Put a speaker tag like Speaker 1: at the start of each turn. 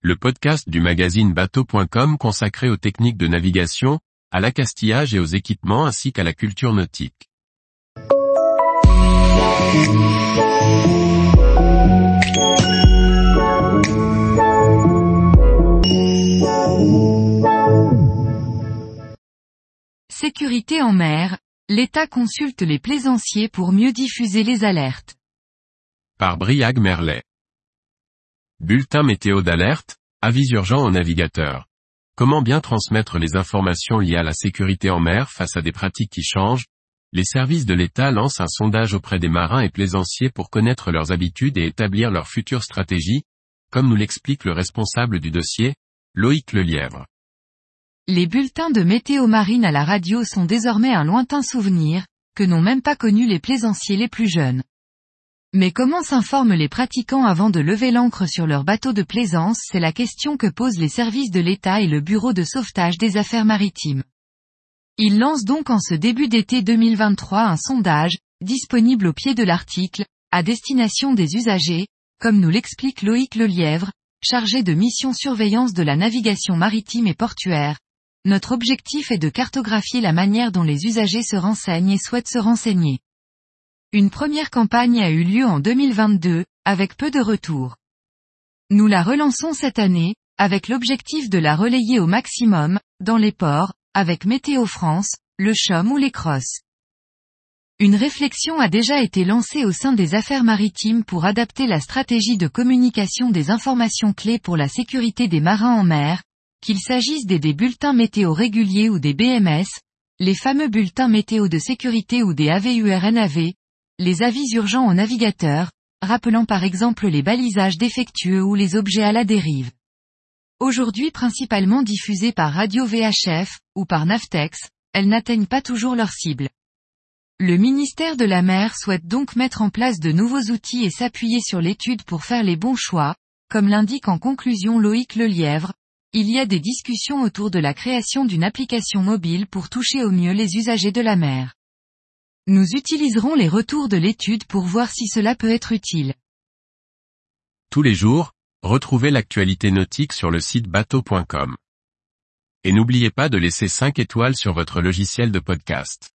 Speaker 1: le podcast du magazine bateau.com consacré aux techniques de navigation, à l'accastillage et aux équipements ainsi qu'à la culture nautique.
Speaker 2: Sécurité en mer, l'État consulte les plaisanciers pour mieux diffuser les alertes.
Speaker 1: Par Briag Merlet. Bulletin météo d'alerte, avis urgents aux navigateurs. Comment bien transmettre les informations liées à la sécurité en mer face à des pratiques qui changent? Les services de l'État lancent un sondage auprès des marins et plaisanciers pour connaître leurs habitudes et établir leur future stratégie, comme nous l'explique le responsable du dossier, Loïc Lelièvre.
Speaker 2: Les bulletins de météo marine à la radio sont désormais un lointain souvenir, que n'ont même pas connu les plaisanciers les plus jeunes. Mais comment s'informent les pratiquants avant de lever l'ancre sur leur bateau de plaisance? C'est la question que posent les services de l'État et le Bureau de sauvetage des affaires maritimes. Ils lancent donc en ce début d'été 2023 un sondage, disponible au pied de l'article, à destination des usagers, comme nous l'explique Loïc Lelièvre, chargé de mission surveillance de la navigation maritime et portuaire. Notre objectif est de cartographier la manière dont les usagers se renseignent et souhaitent se renseigner. Une première campagne a eu lieu en 2022, avec peu de retours. Nous la relançons cette année, avec l'objectif de la relayer au maximum, dans les ports, avec Météo France, le CHUM ou les CROSS. Une réflexion a déjà été lancée au sein des affaires maritimes pour adapter la stratégie de communication des informations clés pour la sécurité des marins en mer, qu'il s'agisse des bulletins météo réguliers ou des BMS, les fameux bulletins météo de sécurité ou des AVURNAV, les avis urgents aux navigateurs, rappelant par exemple les balisages défectueux ou les objets à la dérive. Aujourd'hui principalement diffusées par Radio VHF, ou par Navtex, elles n'atteignent pas toujours leur cible. Le ministère de la Mer souhaite donc mettre en place de nouveaux outils et s'appuyer sur l'étude pour faire les bons choix, comme l'indique en conclusion Loïc Lelièvre. Il y a des discussions autour de la création d'une application mobile pour toucher au mieux les usagers de la mer. Nous utiliserons les retours de l'étude pour voir si cela peut être utile.
Speaker 1: Tous les jours, retrouvez l'actualité nautique sur le site bateau.com. Et n'oubliez pas de laisser 5 étoiles sur votre logiciel de podcast.